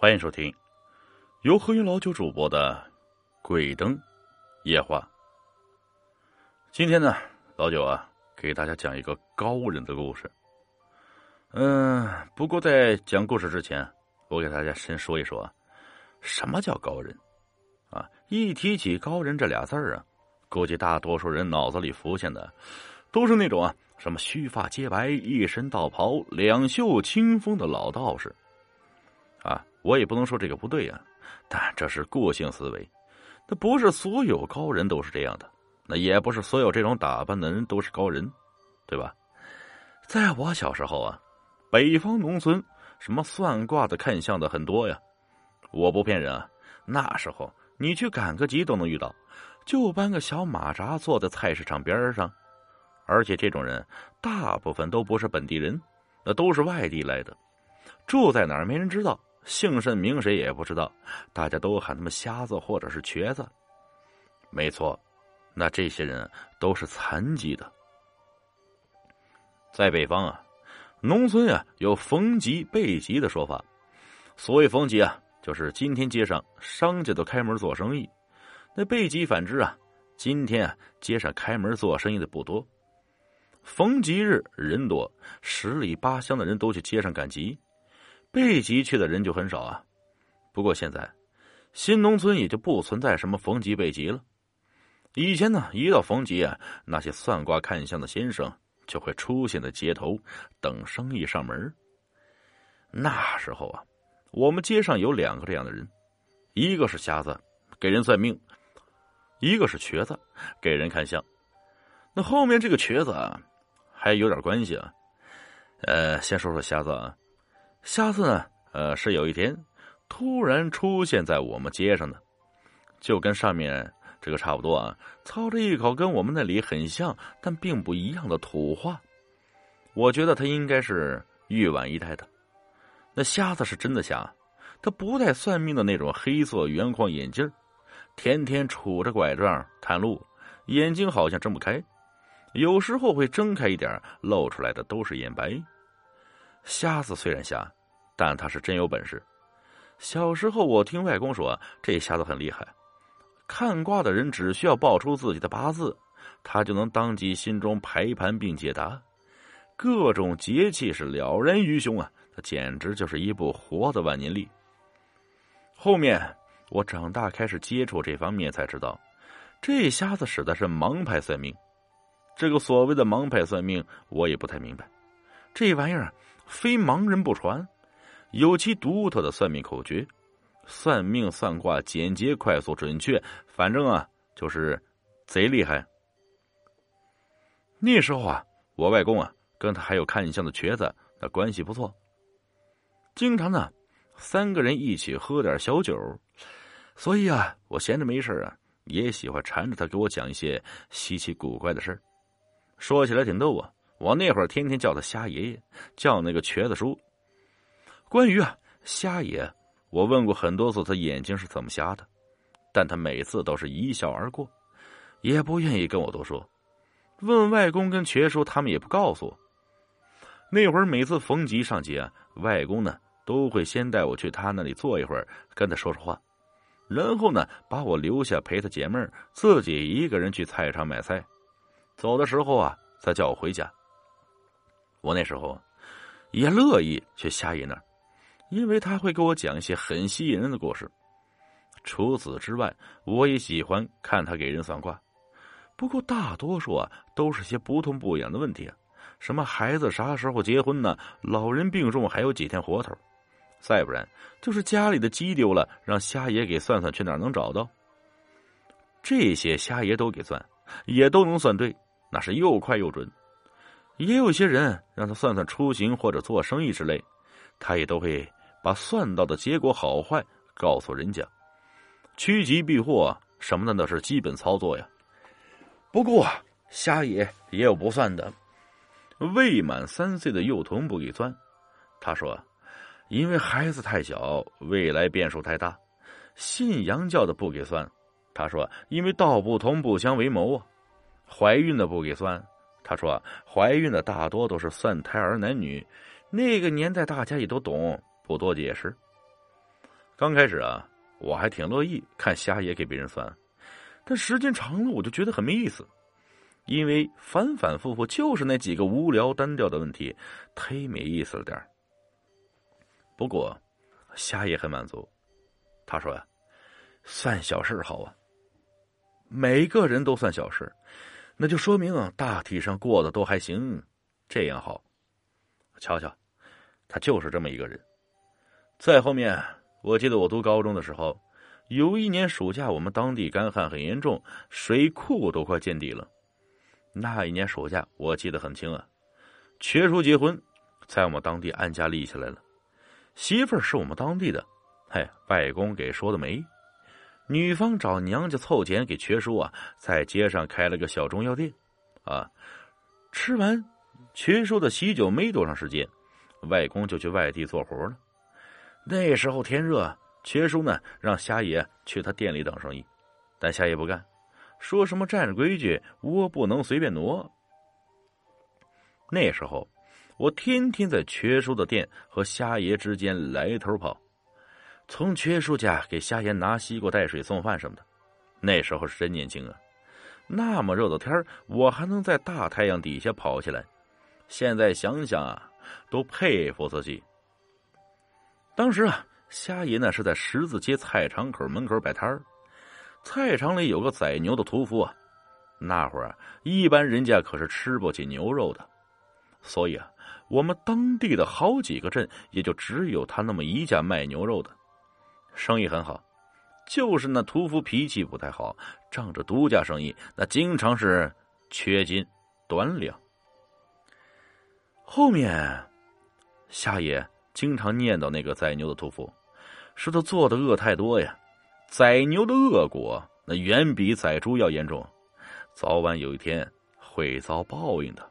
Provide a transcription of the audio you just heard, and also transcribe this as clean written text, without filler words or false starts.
欢迎收听由何云老九主播的鬼灯夜话。今天呢，老九给大家讲一个高人的故事。不过在讲故事之前，我给大家先说一说什么叫高人一提起高人这俩字儿估计大多数人脑子里浮现的都是那种什么须发洁白、一身道袍、两袖清风的老道士我也不能说这个不对但这是过性思维。那不是所有高人都是这样的，那也不是所有这种打扮的人都是高人，对吧？在我小时候北方农村什么算卦的、看相的很多呀。我不骗人那时候你去赶个集都能遇到，就搬个小马扎坐在菜市场边上，而且这种人大部分都不是本地人，那都是外地来的，住在哪儿没人知道，姓甚名谁也不知道，大家都喊他们瞎子或者是瘸子。没错，那这些人都是残疾的。在北方农村有逢集备集的说法。所谓逢集就是今天街上商家都开门做生意，那备集反之今天街上开门做生意的不多，逢集日人多，十里八乡的人都去街上赶集，备集去的人就很少不过现在新农村也就不存在什么逢集备集了。以前呢，一到逢集那些算卦看相的先生就会出现在街头等生意上门。那时候我们街上有两个这样的人，一个是瞎子给人算命，一个是瘸子给人看相。那后面这个瘸子还有点关系先说说瞎子瞎子呢是有一天突然出现在我们街上的，就跟上面这个差不多操着一口跟我们那里很像但并不一样的土话。我觉得他应该是豫皖一带的。那瞎子是真的瞎，他不戴算命的那种黑色圆框眼镜，天天杵着拐杖探路，眼睛好像睁不开，有时候会睁开一点，露出来的都是眼白。瞎子虽然瞎，但他是真有本事。小时候我听外公说这瞎子很厉害，看卦的人只需要报出自己的八字，他就能当即心中排盘并解答，各种节气是了然于胸他简直就是一部活的万年历。后面我长大开始接触这方面才知道，这瞎子使的是盲派算命。这个所谓的盲派算命我也不太明白，这玩意儿非盲人不传，有其独特的算命口诀，算命算卦简洁快速准确，反正就是贼厉害。那时候我外公跟他还有看相的瘸子那关系不错，经常呢三个人一起喝点小酒，所以我闲着没事也喜欢缠着他给我讲一些稀奇古怪的事。说起来挺逗我那会儿天天叫他瞎爷爷，叫那个瘸子叔。关于瞎爷，我问过很多次他眼睛是怎么瞎的，但他每次都是一笑而过，也不愿意跟我多说。问外公跟瘸叔，他们也不告诉我。那会儿每次逢集上集外公呢都会先带我去他那里坐一会儿，跟他说说话，然后呢把我留下陪他解闷，自己一个人去菜场买菜，走的时候再叫我回家。我那时候也乐意去瞎爷那儿，因为他会给我讲一些很吸引人的故事。除此之外，我也喜欢看他给人算卦，不过大多数都是些不痛不痒的问题什么孩子啥时候结婚呢，老人病重还有几天活头，再不然就是家里的鸡丢了，让瞎爷给算算去哪儿能找到。这些瞎爷都给算，也都能算对，那是又快又准。也有些人让他算算出行或者做生意之类，他也都会把算到的结果好坏告诉人家，趋吉避祸什么的那是基本操作呀。不过瞎爷也有不算的，未满3岁的幼童不给算。他说因为孩子太小，未来变数太大。信洋教的不给算，他说因为道不同不相为谋怀孕的不给算，他说怀孕的大多都是算胎儿男女，那个年代大家也都懂，不多解释。 刚开始啊，我还挺乐意看瞎爷给别人算，但时间长了我就觉得很没意思，因为反反复复就是那几个无聊单调的问题，忒没意思了点儿。不过瞎爷很满足，他说呀，算小事好啊，每个人都算小事，那就说明大体上过得都还行，这样好。瞧瞧，他就是这么一个人。再后面，我记得我读高中的时候，有一年暑假，我们当地干旱很严重，水库都快见底了。那一年暑假我记得很清啊，瘸叔结婚，在我们当地安家立起来了，媳妇儿是我们当地的，外公给说的媒。女方找娘家凑钱给瘸叔啊，在街上开了个小中药店啊。吃完瘸叔的喜酒没多长时间，外公就去外地做活了。那时候天热，瘸叔呢让瞎爷去他店里等生意，但瞎爷不干，说什么占着规矩，窝不能随便挪。那时候我天天在瘸叔的店和瞎爷之间来头跑，从瘸叔家给瞎爷拿西瓜带水送饭什么的。那时候是真年轻啊，那么热的天我还能在大太阳底下跑起来，现在想想啊，都佩服自己。当时啊，瞎爷呢是在十字街菜场口门口摆摊儿，菜场里有个宰牛的屠夫啊，那会儿啊，一般人家可是吃不起牛肉的，所以啊，我们当地的好几个镇也就只有他那么一家卖牛肉的，生意很好。就是那屠夫脾气不太好，仗着独家生意，那经常是缺斤短两。后面瞎爷经常念叨那个宰牛的屠夫，说他做的恶太多呀，宰牛的恶果那远比宰猪要严重，早晚有一天会遭报应的。